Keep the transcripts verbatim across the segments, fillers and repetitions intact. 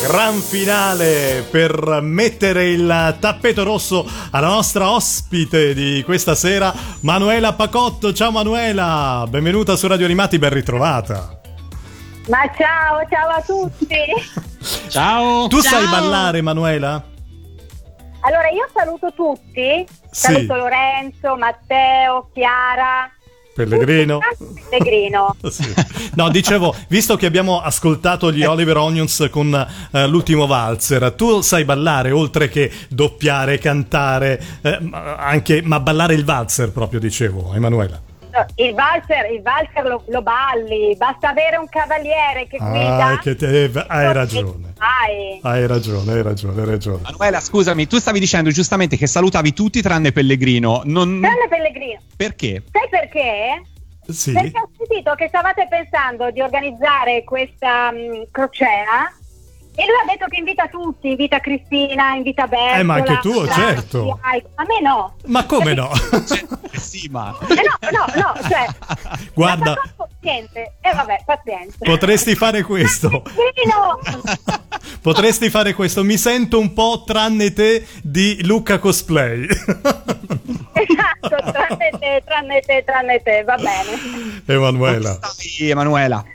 Gran finale per mettere il tappeto rosso alla nostra ospite di questa sera, Manuela Pacotto. Ciao Manuela, benvenuta su Radio Animati, ben ritrovata. Ma ciao, ciao a tutti. Ciao. Tu ciao. sai ballare, Manuela? Allora io saluto tutti, sì. Saluto Lorenzo, Matteo, Chiara, Pellegrino. Pellegrino. Sì. No, dicevo, visto che abbiamo ascoltato gli Oliver Onions con uh, l'ultimo valzer, tu sai ballare oltre che doppiare, cantare, eh, anche, ma ballare il valzer proprio, dicevo, Emanuela. Il valzer, il valzer lo, lo balli, basta avere un cavaliere che guida. Ah, che te, hai ragione. Hai. hai ragione, hai ragione, hai ragione. Manuela, scusami, tu stavi dicendo giustamente che salutavi tutti tranne Pellegrino. Non... Tranne Pellegrino. Perché? Sai perché? Sì. Perché ho sentito che stavate pensando di organizzare questa um, crociera. E lui ha detto che invita tutti, invita Cristina, invita Bertola. Eh, ma anche tu, certo. A me no. Ma come no? Sì, ma... Eh no, no, no, cioè... Guarda... Niente, e eh, vabbè, pazienza. Potresti fare questo. Potresti fare questo. Mi sento un po' tranne te di Luca Cosplay. Esatto, tranne te, tranne te, tranne te, va bene. Emanuela. Sì, Emanuela.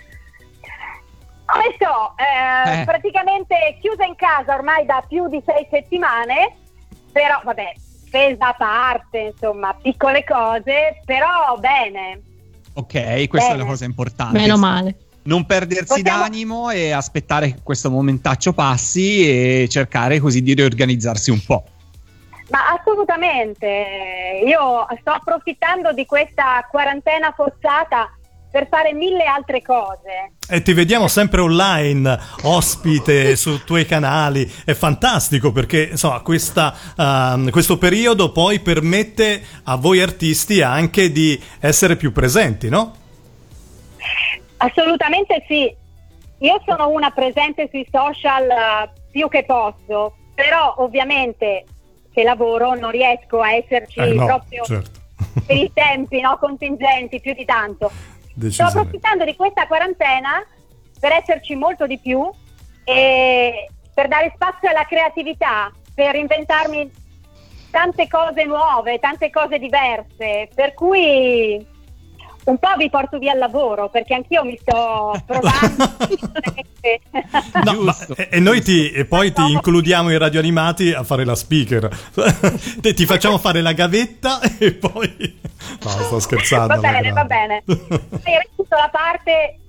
Come sto? Eh, eh. Praticamente chiusa in casa ormai da più di sei settimane, però vabbè, spesa a parte, insomma, piccole cose, però bene. Ok, questa bene. È la cosa importante. Meno male. Non perdersi Possiamo... d'animo e aspettare che questo momentaccio passi e cercare così di riorganizzarsi un po'. Ma assolutamente, io sto approfittando di questa quarantena forzata per fare mille altre cose. E ti vediamo sempre online, ospite sui tuoi canali. È fantastico perché insomma questa, uh, questo periodo poi permette a voi artisti anche di essere più presenti, no? Assolutamente sì. Io sono una presente sui social uh, più che posso, però ovviamente se lavoro non riesco a esserci eh no, proprio certo. per i tempi, no, contingenti più di tanto. Sto approfittando di questa quarantena per esserci molto di più e per dare spazio alla creatività, per inventarmi tante cose nuove, tante cose diverse, per cui un po' vi porto via il lavoro perché anch'io mi sto provando. No, ma, e, e noi ti e poi ti includiamo in Radio Animati a fare la speaker. Ti facciamo fare la gavetta e poi no, sto scherzando. Va bene, va bene. Hai restituito la parte.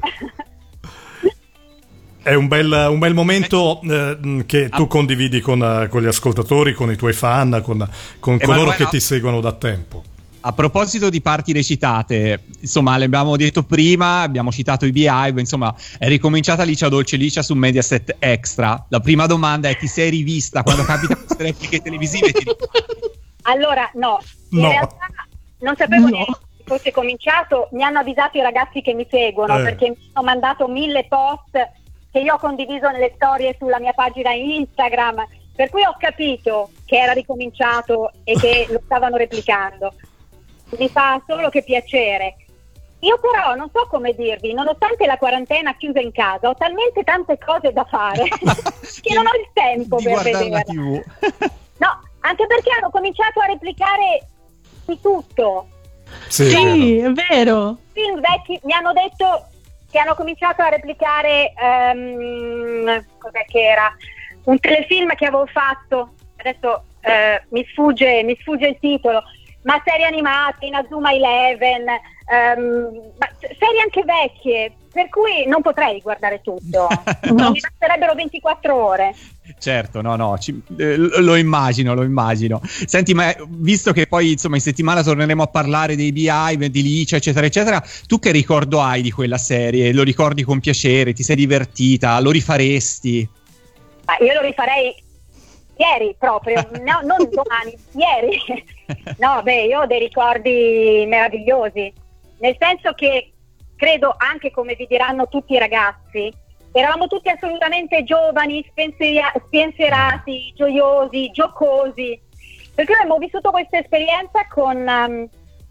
È un bel, un bel momento eh, che tu condividi con, con gli ascoltatori, con i tuoi fan, con, con coloro che ti seguono da tempo. A proposito di parti recitate, insomma, l'abbiamo detto prima, abbiamo citato i Beehive, insomma, è ricominciata Licia Dolce Licia su Mediaset Extra. La prima domanda è: ti sei rivista quando capita queste repliche televisive? Ti... Allora, no, in no. realtà non sapevo no. neanche che fosse cominciato, mi hanno avvisato i ragazzi che mi seguono, eh. perché mi hanno mandato mille post che io ho condiviso nelle storie sulla mia pagina Instagram, per cui ho capito che era ricominciato e che lo stavano replicando. Mi fa solo che piacere. Io però non so come dirvi, nonostante la quarantena chiusa in casa, ho talmente tante cose da fare che non ho il tempo di per guardare vedere. la tivù. No, anche perché hanno cominciato a replicare di tutto. Sì, sì, è vero. Film vecchi, mi hanno detto che hanno cominciato a replicare um, cos'è che era? Un telefilm che avevo fatto, adesso uh, mi sfugge, mi sfugge il titolo. Ma serie animate, Inazuma Eleven, um, ma serie anche vecchie, per cui non potrei guardare tutto. No. Mi basterebbero ventiquattro ore. Certo, no, no, ci, eh, lo immagino, lo immagino. Senti, ma visto che poi insomma in settimana torneremo a parlare dei Beehive, di Licia, eccetera, eccetera, tu che ricordo hai di quella serie? Lo ricordi con piacere? Ti sei divertita? Lo rifaresti? Ma io lo rifarei ieri proprio, no, non domani, ieri. No, beh, io ho dei ricordi meravigliosi, nel senso che credo, anche come vi diranno tutti i ragazzi, eravamo tutti assolutamente giovani, spensiera- spensierati, gioiosi, giocosi, perché noi abbiamo vissuto questa esperienza con um,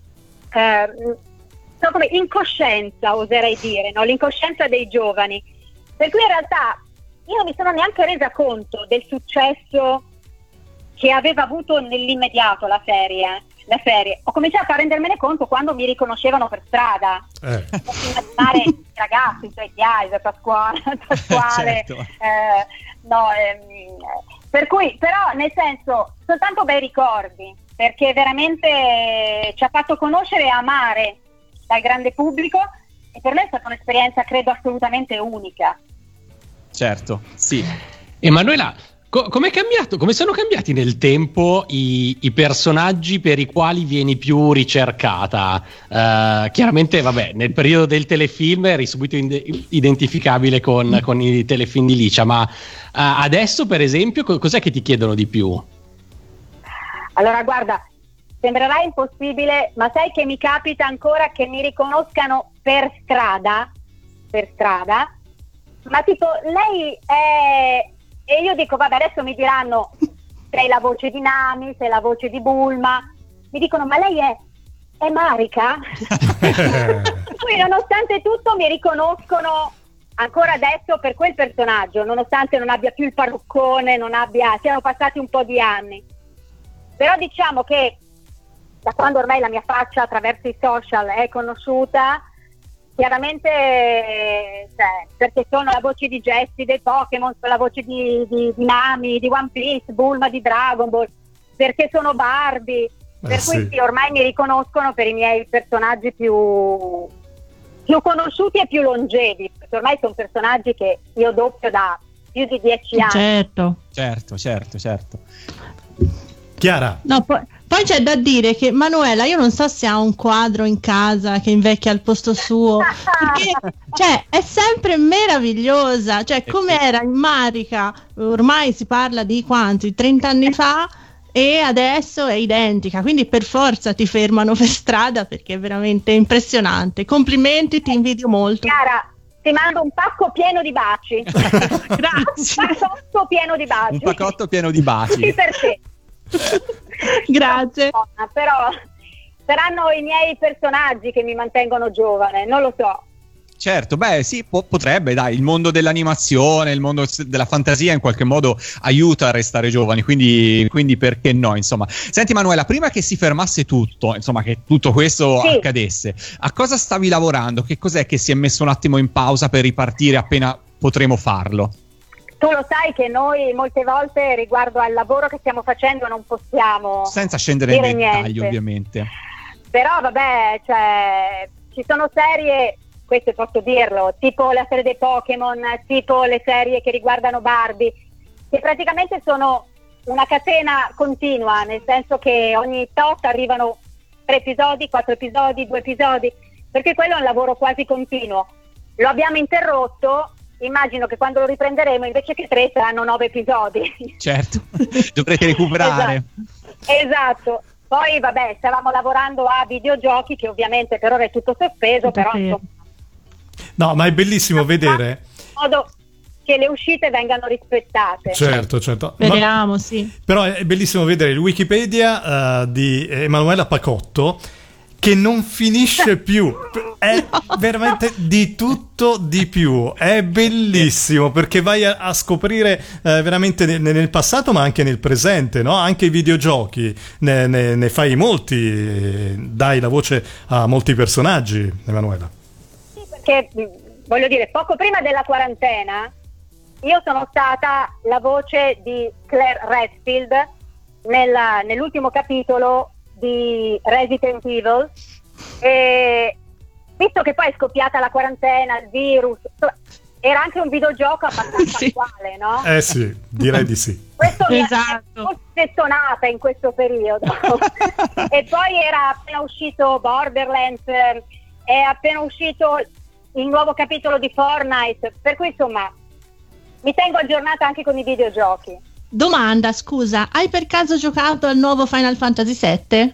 uh, no, come incoscienza, oserei dire, no? L'incoscienza dei giovani, per cui in realtà io non mi sono neanche resa conto del successo che aveva avuto nell'immediato la serie. La serie. Ho cominciato a rendermene conto quando mi riconoscevano per strada. Eh. Posso immaginare i ragazzi, cioè gli Eyes, Pasquale, Pasquale Certo. eh, no, ehm, per cui, però, nel senso, soltanto bei ricordi, perché veramente ci ha fatto conoscere e amare dal grande pubblico, e per me è stata un'esperienza, credo, assolutamente unica. Certo, sì. Emanuela, co- com'è cambiato, come sono cambiati nel tempo i, i personaggi per i quali vieni più ricercata? Uh, chiaramente, vabbè, nel periodo del telefilm eri subito inde- identificabile con, con i telefilm di Licia, ma uh, adesso, per esempio, co- cos'è che ti chiedono di più? Allora, guarda, sembrerà impossibile, ma sai che mi capita ancora che mi riconoscano per strada, per strada, ma tipo, lei è... E io dico, vabbè, adesso mi diranno, sei la voce di Nami, sei la voce di Bulma. Mi dicono, ma lei è, è Marika? Poi, nonostante tutto, mi riconoscono ancora adesso per quel personaggio, nonostante non abbia più il parruccone, non abbia, siano passati un po' di anni. Però diciamo che da quando ormai la mia faccia attraverso i social è conosciuta, chiaramente, cioè, perché sono la voce di Jessie dei Pokémon, sono la voce di, di, di Nami, di One Piece, Bulma di Dragon Ball, perché sono Barbie, eh, per sì. cui sì, ormai mi riconoscono per i miei personaggi più, più conosciuti e più longevi, perché ormai sono personaggi che io doppio da più di dieci anni. Certo. Certo, certo, certo. Chiara. No, poi, poi c'è da dire che Manuela, io non so se ha un quadro in casa che invecchia al posto suo, perché cioè, è sempre meravigliosa, cioè come era in Marika, ormai si parla di quanti, trenta anni fa, e adesso è identica, quindi per forza ti fermano per strada perché è veramente impressionante. Complimenti, ti invidio molto. Chiara, ti mando un pacco pieno di baci. Grazie. Un paccotto pieno di baci. Un paccotto pieno di baci. Tutti per te. Grazie. Però saranno i miei personaggi che mi mantengono giovane, non lo so. Certo, beh sì, po- potrebbe, dai, il mondo dell'animazione, il mondo s- della fantasia in qualche modo aiuta a restare giovani, quindi, quindi perché no, insomma. Senti Manuela, prima che si fermasse tutto, insomma che tutto questo Sì. accadesse, a cosa stavi lavorando? Che cos'è che si è messo un attimo in pausa per ripartire appena potremo farlo? Tu lo sai che noi molte volte riguardo al lavoro che stiamo facendo non possiamo Senza scendere nei dire dettagli, niente. ovviamente. Però vabbè, cioè, ci sono serie, questo posso dirlo, tipo la serie dei Pokémon, tipo le serie che riguardano Barbie, che praticamente sono una catena continua, nel senso che ogni tot arrivano tre episodi, quattro episodi, due episodi, perché quello è un lavoro quasi continuo. Lo abbiamo interrotto, immagino che quando lo riprenderemo invece che tre saranno nove episodi. Certo, dovrete recuperare. Esatto. Esatto. Poi vabbè, stavamo lavorando a videogiochi che ovviamente per ora è tutto sospeso, Tutto però fermo. insomma, No, ma è bellissimo vedere. in modo che le uscite vengano rispettate. Certo, certo. Ma- Speriamo, sì. però è bellissimo vedere il Wikipedia eh, di Emanuela Pacotto che non finisce più, è veramente di tutto di più, è bellissimo perché vai a, a scoprire eh, veramente nel, nel passato ma anche nel presente, no? Anche i videogiochi, ne, ne, ne fai molti, eh, dai la voce a molti personaggi, Emanuela. Sì, perché mh, voglio dire, poco prima della quarantena io sono stata la voce di Claire Redfield nella, nell'ultimo capitolo di Resident Evil, e visto che poi è scoppiata la quarantena, il virus, era anche un videogioco abbastanza Sì. attuale, no? Eh sì, direi di sì. Questo mi Esatto. ha gettonata in questo periodo. E poi era appena uscito Borderlands, eh, è appena uscito il nuovo capitolo di Fortnite, per cui insomma mi tengo aggiornata anche con i videogiochi. Domanda, scusa, hai per caso giocato al nuovo Final Fantasy sette?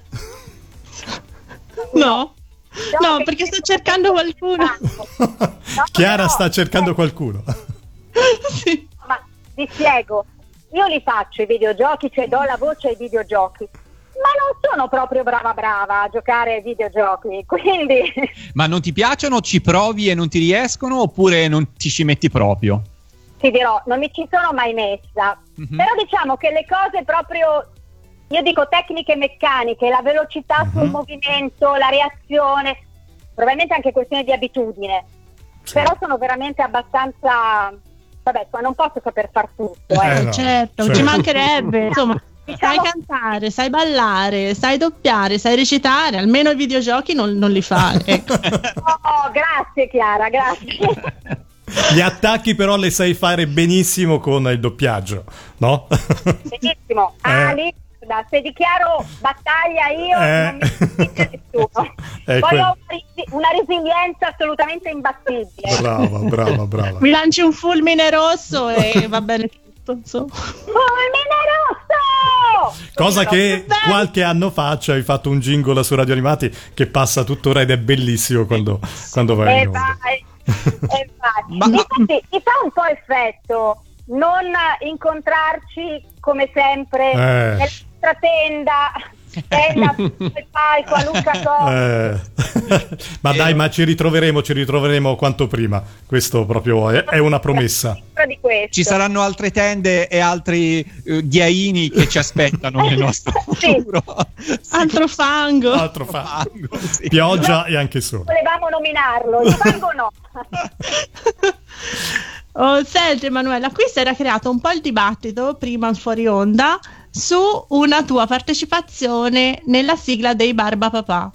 No? No, perché sto cercando qualcuno. Chiara no, sta cercando qualcuno. Sì. Ma ti spiego, io li faccio i videogiochi, cioè do la voce ai videogiochi, ma non sono proprio brava brava a giocare ai videogiochi, quindi Ma non ti piacciono, ci provi e non ti riescono, oppure non ti ci metti proprio? ti ti dirò, non mi ci sono mai messa, mm-hmm. però diciamo che le cose proprio, io dico tecniche meccaniche, la velocità mm-hmm. sul movimento, la reazione, probabilmente anche questione di abitudine, sì. però sono veramente abbastanza, vabbè, non posso saper far tutto. Eh. Eh no, certo, certo, ci mancherebbe, insomma. Diciamo... Sai cantare, sai ballare, sai doppiare, sai recitare, almeno i videogiochi non, non li fai. Ecco. Oh, grazie Chiara, grazie. Gli attacchi però le sai fare benissimo con il doppiaggio, no? Benissimo. Ah, Eh. lì, guarda, se dichiaro battaglia io Eh. non mi dice nessuno. Eh, Poi quel- ho una resi- una resilienza assolutamente imbattibile. Brava, brava, brava. Mi lanci un fulmine rosso e va bene tutto, insomma. Fulmine rosso! Cosa che bello. qualche anno fa ci hai fatto un jingle su Radio Animati che passa tuttora ed è bellissimo quando, quando vai E in onda. vai, e vai. Ma- Infatti, mi fa un po' effetto non incontrarci come sempre Eh. nella nostra tenda, tenda sul palco a Luca Costa. Eh. Ma dai, ma ci ritroveremo, ci ritroveremo quanto prima. Questo proprio è, è una promessa. Di questo. Ci saranno altre tende e altri eh, ghiaini che ci aspettano nel nostro Sì. futuro. Altro fango. Altro fa. Fango, sì. Pioggia e anche sole. Volevamo nominarlo, io fango no. Oh, senti Emanuela, qui si era creato un po' il dibattito prima fuori onda su una tua partecipazione nella sigla dei Barbapapà.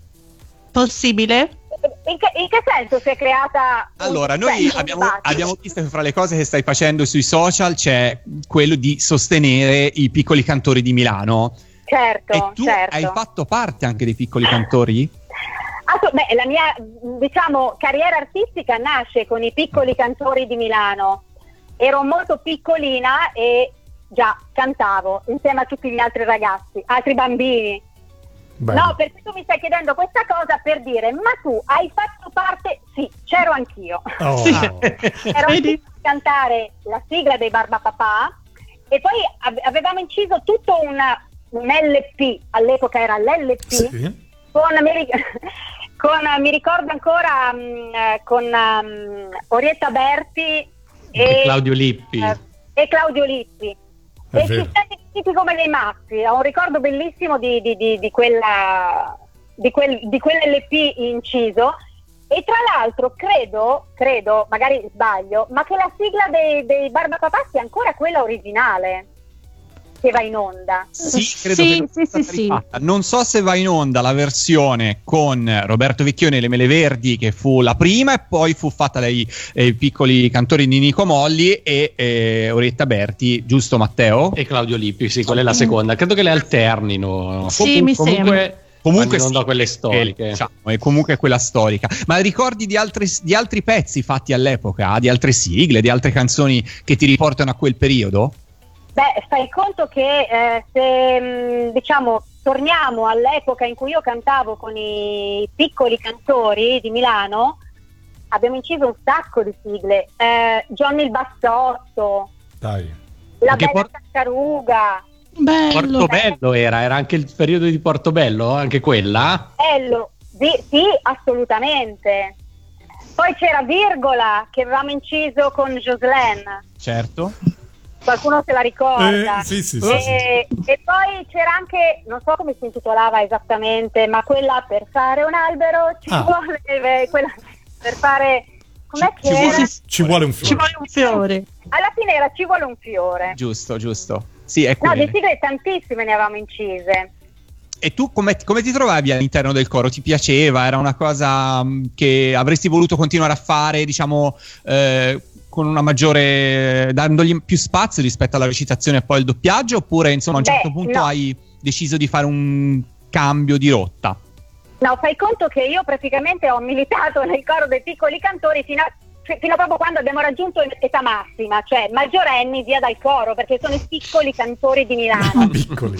Possibile? In che, in che senso si è creata? un- Allora, noi cioè, un abbiamo, dibattito? abbiamo visto che fra le cose che stai facendo sui social c'è quello di sostenere i piccoli cantori di Milano. Certo, E tu certo. hai fatto parte anche dei piccoli cantori? Assu- beh, la mia, diciamo, carriera artistica nasce con i piccoli cantori di Milano. Ero molto piccolina e già cantavo insieme a tutti gli altri ragazzi, altri bambini. Bello. No, perché tu mi stai chiedendo questa cosa per dire, ma tu hai fatto parte? Sì, c'ero anch'io. Oh. Sì. Ero Vedi? anch'io a cantare la sigla dei Barbapapà e poi ave- avevamo inciso tutto una, un L P, all'epoca era l'L P, Sì. con, mi, ri- con, mi ricordo ancora mh, eh, con um, Orietta Berti e, E Claudio Lippi. eh, e Claudio Lippi. È E vero. ci siamo sentiti come dei matti. Ho un ricordo bellissimo di, di, di, di quella di quel di quell'L P inciso. E tra l'altro credo, credo, magari sbaglio, ma che la sigla dei, dei Barbapapà sia ancora quella originale che va in onda. Sì, credo Sì, che non sì, sia stata sì, sì. rifatta. Non so se va in onda la versione con Roberto Vecchioni e le Mele Verdi, che fu la prima, e poi fu fatta dai eh, piccoli cantori di Nico Molli e eh, Orietta Berti, giusto Matteo? E Claudio Lippi, sì, quella è la seconda. Credo che le alternino. Sì, mi sembra. Comunque, Comunque vanno in onda sì, quelle eh, storiche. diciamo, è comunque quella storica. Ma ricordi di altri, di altri pezzi fatti all'epoca, di altre sigle, di altre canzoni che ti riportano a quel periodo? Beh, fai conto che eh, se mh, diciamo torniamo all'epoca in cui io cantavo con i piccoli cantori di Milano, abbiamo inciso un sacco di sigle. Eh, Johnny il Bassotto, Dai. La Anche Bella Por- Tartaruga, Bello. Portobello era, era anche il periodo di Portobello, anche quella? Bello, sì, sì, assolutamente. Poi c'era Virgola che avevamo inciso con Jocelyn, Certo. qualcuno se la ricorda. Eh, sì, sì, sì, e, e poi c'era anche, non so come si intitolava esattamente, ma quella per fare un albero ci Ah. vuole, eh, quella per fare, com'è Ci- che ci era? vuole- Ci vuole un Ci fiore. vuole un fiore. Alla fine era ci vuole un fiore. Giusto, giusto. Sì, è No, quello. di sigle tantissime ne avevamo incise. E tu come, come ti trovavi all'interno del coro? Ti piaceva? Era una cosa mh, che avresti voluto continuare a fare, diciamo, eh, con una maggiore, dandogli più spazio rispetto alla recitazione e poi al doppiaggio? Oppure, insomma, a un Beh, certo punto no. hai deciso di fare un cambio di rotta? No, fai conto che io praticamente ho militato nel coro dei piccoli cantori fino a, fino a proprio quando abbiamo raggiunto l'età massima, cioè maggiorenni via dal coro, perché sono i piccoli cantori di Milano. Piccoli.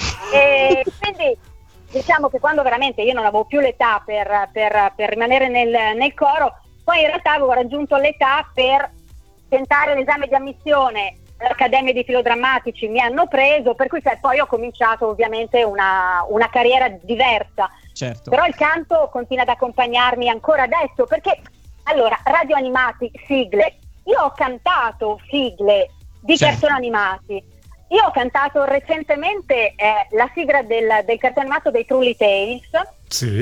E quindi diciamo che quando veramente io non avevo più l'età per, per, per rimanere nel, nel coro, poi in realtà avevo raggiunto l'età per tentare l'esame di ammissione all'Accademia di Filodrammatici, mi hanno preso, per cui cioè, poi ho cominciato ovviamente una, una carriera diversa. Certo. Però il canto continua ad accompagnarmi ancora adesso, perché allora Radio Animati, sigle, io ho cantato sigle di Certo. cartoni animati. Io ho cantato recentemente eh, la sigla del, del cartone animato dei Truly Tales, Sì.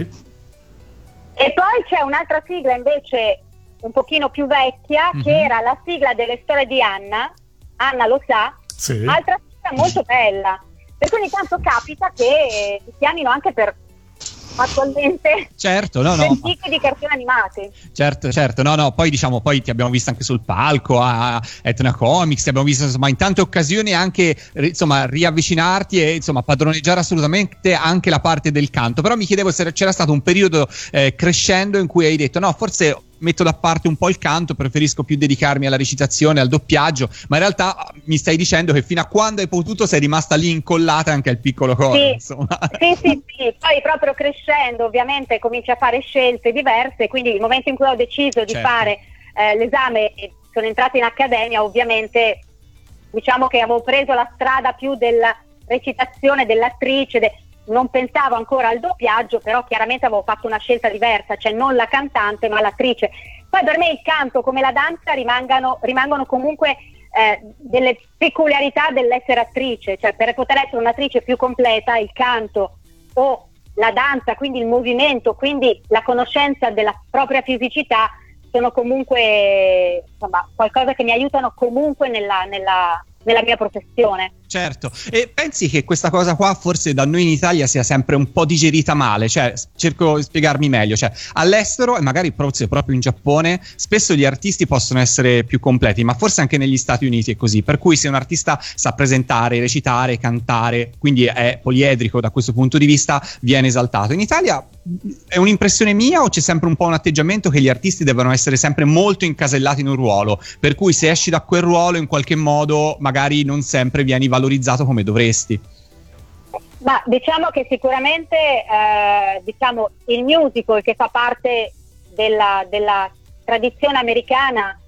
e poi c'è un'altra sigla invece un pochino più vecchia, Mhm. che era la sigla delle storie di Anna. Anna lo sa, Sì. altra sigla molto bella. Per cui ogni tanto capita che ti chiamino anche per attualmente Certo, no, per no. sigle di cartoni animati. Certo, certo, no, no, poi diciamo, poi ti abbiamo visto anche sul palco a Etna Comics, ti abbiamo visto insomma in tante occasioni anche ri- insomma riavvicinarti e insomma padroneggiare assolutamente anche la parte del canto, però mi chiedevo se c'era stato un periodo eh, crescendo in cui hai detto no, forse metto da parte un po' il canto, preferisco più dedicarmi alla recitazione, al doppiaggio, ma in realtà mi stai dicendo che fino a quando hai potuto sei rimasta lì incollata anche al piccolo coro, Sì, insomma. sì, sì, sì. Poi proprio crescendo ovviamente cominci a fare scelte diverse, quindi il momento in cui ho deciso di Certo. fare eh, l'esame e sono entrata in accademia, ovviamente diciamo che avevo preso la strada più della recitazione, dell'attrice, de- non pensavo ancora al doppiaggio, però chiaramente avevo fatto una scelta diversa, cioè non la cantante ma l'attrice. Poi per me il canto come la danza rimangano, rimangono comunque eh, delle peculiarità dell'essere attrice, cioè per poter essere un'attrice più completa il canto o la danza, quindi il movimento, quindi la conoscenza della propria fisicità sono comunque insomma qualcosa che mi aiutano comunque nella, nella, nella mia professione. Certo, e pensi che questa cosa qua forse da noi in Italia sia sempre un po' digerita male? Cioè, cerco di spiegarmi meglio, cioè all'estero e magari forse proprio in Giappone spesso gli artisti possono essere più completi, ma forse anche negli Stati Uniti è così, per cui se un artista sa presentare, recitare, cantare, quindi è poliedrico da questo punto di vista, viene esaltato. In Italia è un'impressione mia o c'è sempre un po' un atteggiamento che gli artisti devono essere sempre molto incasellati in un ruolo, per cui se esci da quel ruolo in qualche modo magari non sempre vieni valorizzato come dovresti? Ma diciamo che sicuramente eh, diciamo il musical, che fa parte della, della tradizione americana,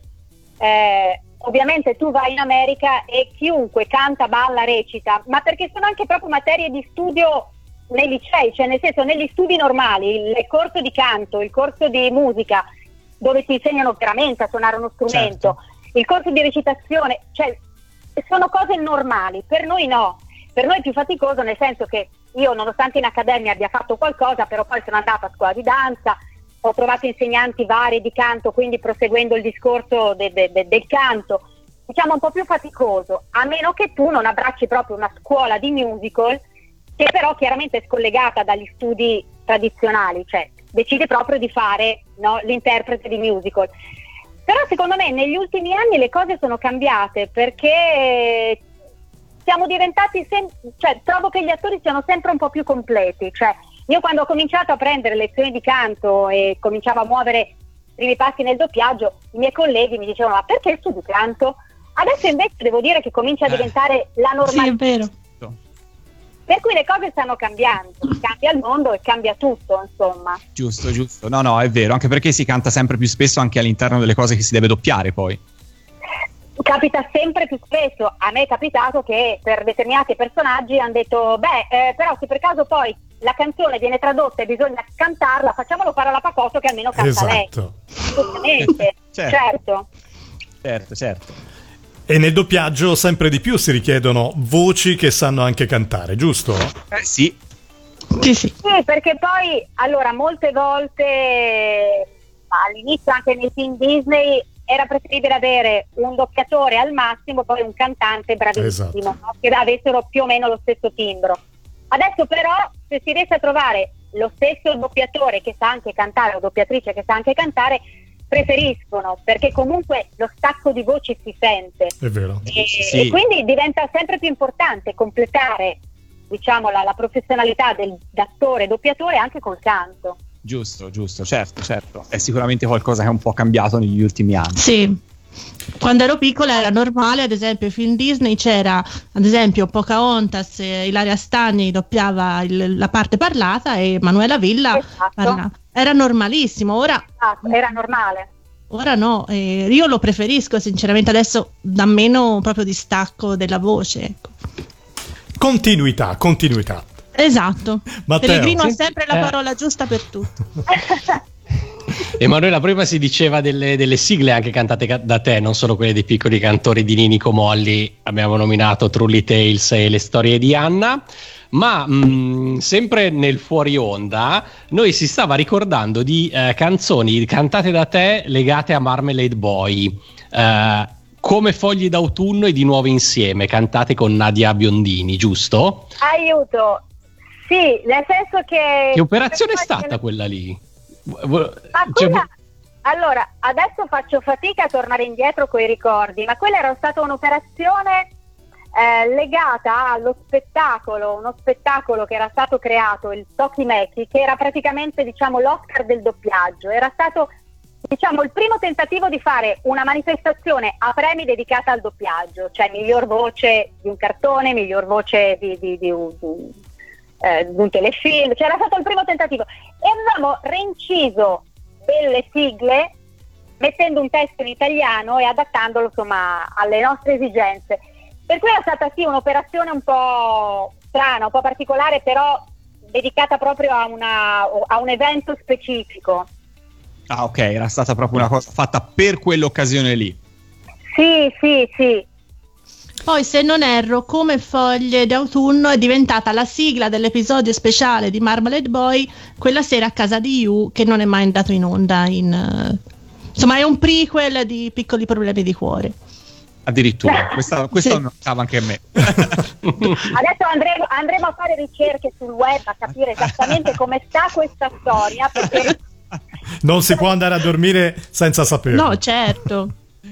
eh, ovviamente tu vai in America e chiunque canta, balla, recita, ma perché sono anche proprio materie di studio nei licei, cioè nel senso negli studi normali, il, il corso di canto, il corso di musica, dove ti insegnano veramente a suonare uno strumento, Certo. il corso di recitazione, cioè sono cose normali, per noi no, per noi è più faticoso, nel senso che io nonostante in accademia abbia fatto qualcosa, però poi sono andata a scuola di danza, ho trovato insegnanti vari di canto, quindi proseguendo il discorso de- de- de- del canto, diciamo un po' più faticoso, a meno che tu non abbracci proprio una scuola di musical, che però chiaramente è scollegata dagli studi tradizionali, cioè decidi proprio di fare, no, l'interprete di musical. Però secondo me negli ultimi anni le cose sono cambiate, perché siamo diventati sem- cioè trovo che gli attori siano sempre un po' più completi, cioè io quando ho cominciato a prendere lezioni di canto e cominciavo a muovere i primi passi nel doppiaggio, i miei colleghi mi dicevano ma perché studi canto? Adesso invece devo dire che comincia a diventare la Sì, è normalità, vero. per cui le cose stanno cambiando, cambia il mondo e cambia tutto, insomma. Giusto, giusto. No, no, è vero, anche perché si canta sempre più spesso anche all'interno delle cose che si deve doppiare poi. Capita sempre più spesso, a me è capitato che per determinati personaggi hanno detto beh, eh, però se per caso poi la canzone viene tradotta e bisogna cantarla, facciamolo fare alla Pacotto che almeno canta Esatto. lei. Giustamente, Certo. certo. Certo, certo. E nel doppiaggio sempre di più si richiedono voci che sanno anche cantare, giusto? Eh sì. Sì, sì. Sì, perché poi, allora, molte volte, ma all'inizio anche nei film Disney, era preferibile avere un doppiatore al massimo, poi un cantante bravissimo, Esatto. no? Che avessero più o meno lo stesso timbro. Adesso però, se si riesce a trovare lo stesso doppiatore che sa anche cantare o doppiatrice che sa anche cantare, preferiscono, perché comunque lo stacco di voci si sente. È vero. E, Sì. e quindi diventa sempre più importante completare, diciamo, la, la professionalità del d'attore doppiatore anche col canto. Giusto, giusto, certo, certo. È sicuramente qualcosa che è un po' cambiato negli ultimi anni. Sì. Quando ero piccola era normale, ad esempio, i film Disney c'era, ad esempio, Pocahontas, eh, Ilaria Stagni doppiava il- la parte parlata e Manuela Villa Esatto. parlava. Era normalissimo, ora, Ah, era normale. ora no, eh, io lo preferisco sinceramente, adesso da meno proprio distacco della voce, ecco. Continuità, continuità. Esatto. Matteo. Pellegrino ha Senti, sempre la eh. parola giusta per tutto. Emanuela, prima si diceva delle, delle sigle anche cantate da te, non solo quelle dei piccoli cantori di Ninico Molli. Abbiamo nominato Trulli Tales e Le storie di Anna. Ma mh, sempre nel fuori onda noi si stava ricordando di eh, canzoni cantate da te legate a Marmalade Boy, eh, come Fogli d'autunno e Di nuovo insieme, cantate con Nadia Biondini, giusto? Aiuto, sì, nel senso che... Che operazione è stata quella lì? Ma cioè... quella... Allora, adesso faccio fatica a tornare indietro coi ricordi, ma quella era stata un'operazione... Eh, legata allo spettacolo, uno spettacolo che era stato creato, il Tokimeki, che era praticamente, diciamo, l'Oscar del doppiaggio. Era stato, diciamo, il primo tentativo di fare una manifestazione a premi dedicata al doppiaggio, cioè miglior voce di un cartone, miglior voce di, di, di, un, di, eh, di un telefilm, cioè era stato il primo tentativo e avevamo reinciso delle sigle mettendo un testo in italiano e adattandolo, insomma, alle nostre esigenze. Per cui era stata sì un'operazione un po' strana, un po' particolare, però dedicata proprio a, una, a un evento specifico. Ah, ok, era stata proprio una cosa fatta per quell'occasione lì. Sì, sì, sì. Poi, se non erro, come Foglie d'autunno è diventata la sigla dell'episodio speciale di Marmalade Boy quella sera a casa di You, che non è mai andato in onda. In, insomma, è un prequel di Piccoli problemi di cuore. Addirittura, questa, questo sì. non stava anche a me. Adesso andremo, andremo a fare ricerche sul web a capire esattamente come sta questa storia, perché non si può andare a dormire senza saperlo. No, certo.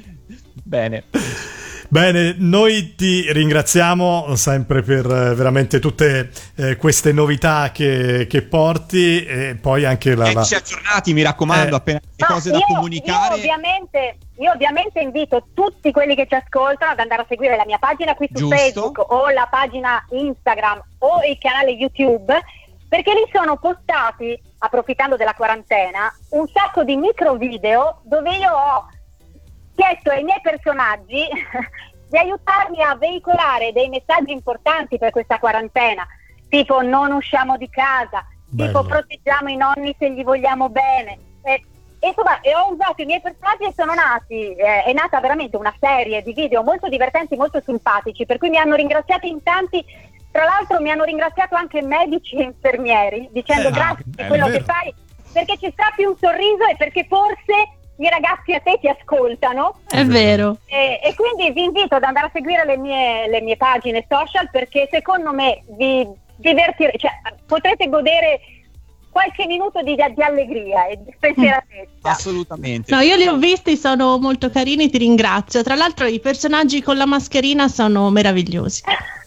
Bene. Bene, noi ti ringraziamo sempre per eh, veramente tutte eh, queste novità che, che porti e poi anche la... la... E ci aggiornati, mi raccomando, eh. appena no, cose da io, comunicare. Io ovviamente, io ovviamente invito tutti quelli che ci ascoltano ad andare a seguire la mia pagina qui su Giusto. Facebook o la pagina Instagram o il canale YouTube, perché lì sono postati, approfittando della quarantena, un sacco di micro video dove io ho chiesto ai miei personaggi di aiutarmi a veicolare dei messaggi importanti per questa quarantena, tipo non usciamo di casa, Bello. tipo proteggiamo i nonni se gli vogliamo bene. E, insomma, e ho usato i miei personaggi e sono nati, eh, è nata veramente una serie di video molto divertenti, molto simpatici, per cui mi hanno ringraziato in tanti. Tra l'altro mi hanno ringraziato anche medici e infermieri dicendo Eh, grazie ah, per è quello vero. che fai, perché ci strappi un sorriso e perché forse i ragazzi a te ti ascoltano. È vero. E, e quindi vi invito ad andare a seguire le mie, le mie pagine social, perché secondo me vi divertirete, cioè potrete godere qualche minuto di, di allegria e di spensieratezza. Assolutamente. No, io li ho visti, sono molto carini, ti ringrazio. Tra l'altro i personaggi con la mascherina sono meravigliosi.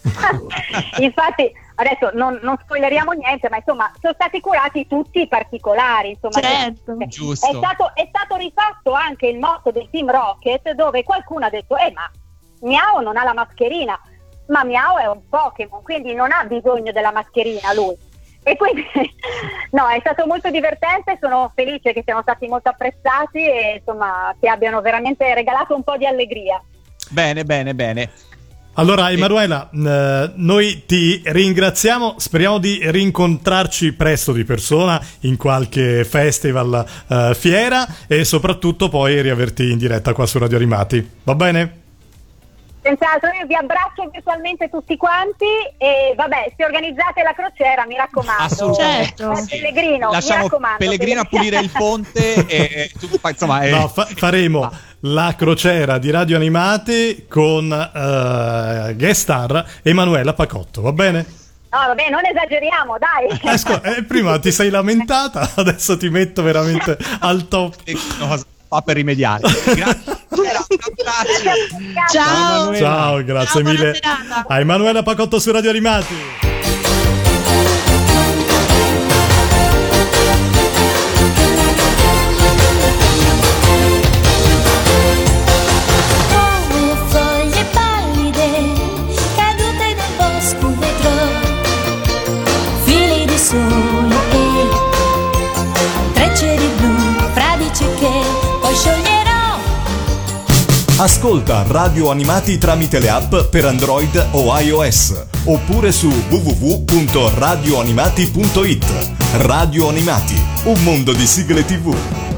Infatti adesso non, non spoileriamo niente, ma insomma sono stati curati tutti i particolari, insomma. Certo. È Giusto. stato, è stato rifatto anche il motto del Team Rocket, dove qualcuno ha detto eh ma Miao non ha la mascherina, ma Miao è un Pokémon, quindi non ha bisogno della mascherina lui. E quindi no, è stato molto divertente, sono felice che siano stati molto apprezzati e insomma che abbiano veramente regalato un po' di allegria. Bene, bene, bene. Allora Emanuela, eh, noi ti ringraziamo, speriamo di rincontrarci presto di persona in qualche festival, eh, fiera e soprattutto poi riaverti in diretta qua su Radio Animati, va bene? Senz'altro, io vi abbraccio virtualmente tutti quanti e vabbè, se organizzate la crociera mi raccomando. Assolutamente. Certo. Eh, Pellegrino, Lasciamo mi raccomando. Pellegrino a pulire il ponte e, e tu, insomma, eh. No, fa- faremo la crociera di Radio Animati con eh, guest star Emanuela Pacotto, va bene? No, vabbè, non esageriamo, dai. Eh, scu- eh, prima ti sei lamentata, adesso ti metto veramente al top. E cosa fa per rimediare? Grazie. Ciao. Ciao, Ciao, grazie Ciao, buona mille serata. a Emanuela Pacotto su Radio Animati. Come foglie pallide cadute nel bosco vedrò fili di sole e trecce blu, fradicie che poi scioglierò. Ascolta Radio Animati tramite le app per Android o iOS oppure su w w w punto radio animati punto it. Radio Animati, un mondo di sigle tivù.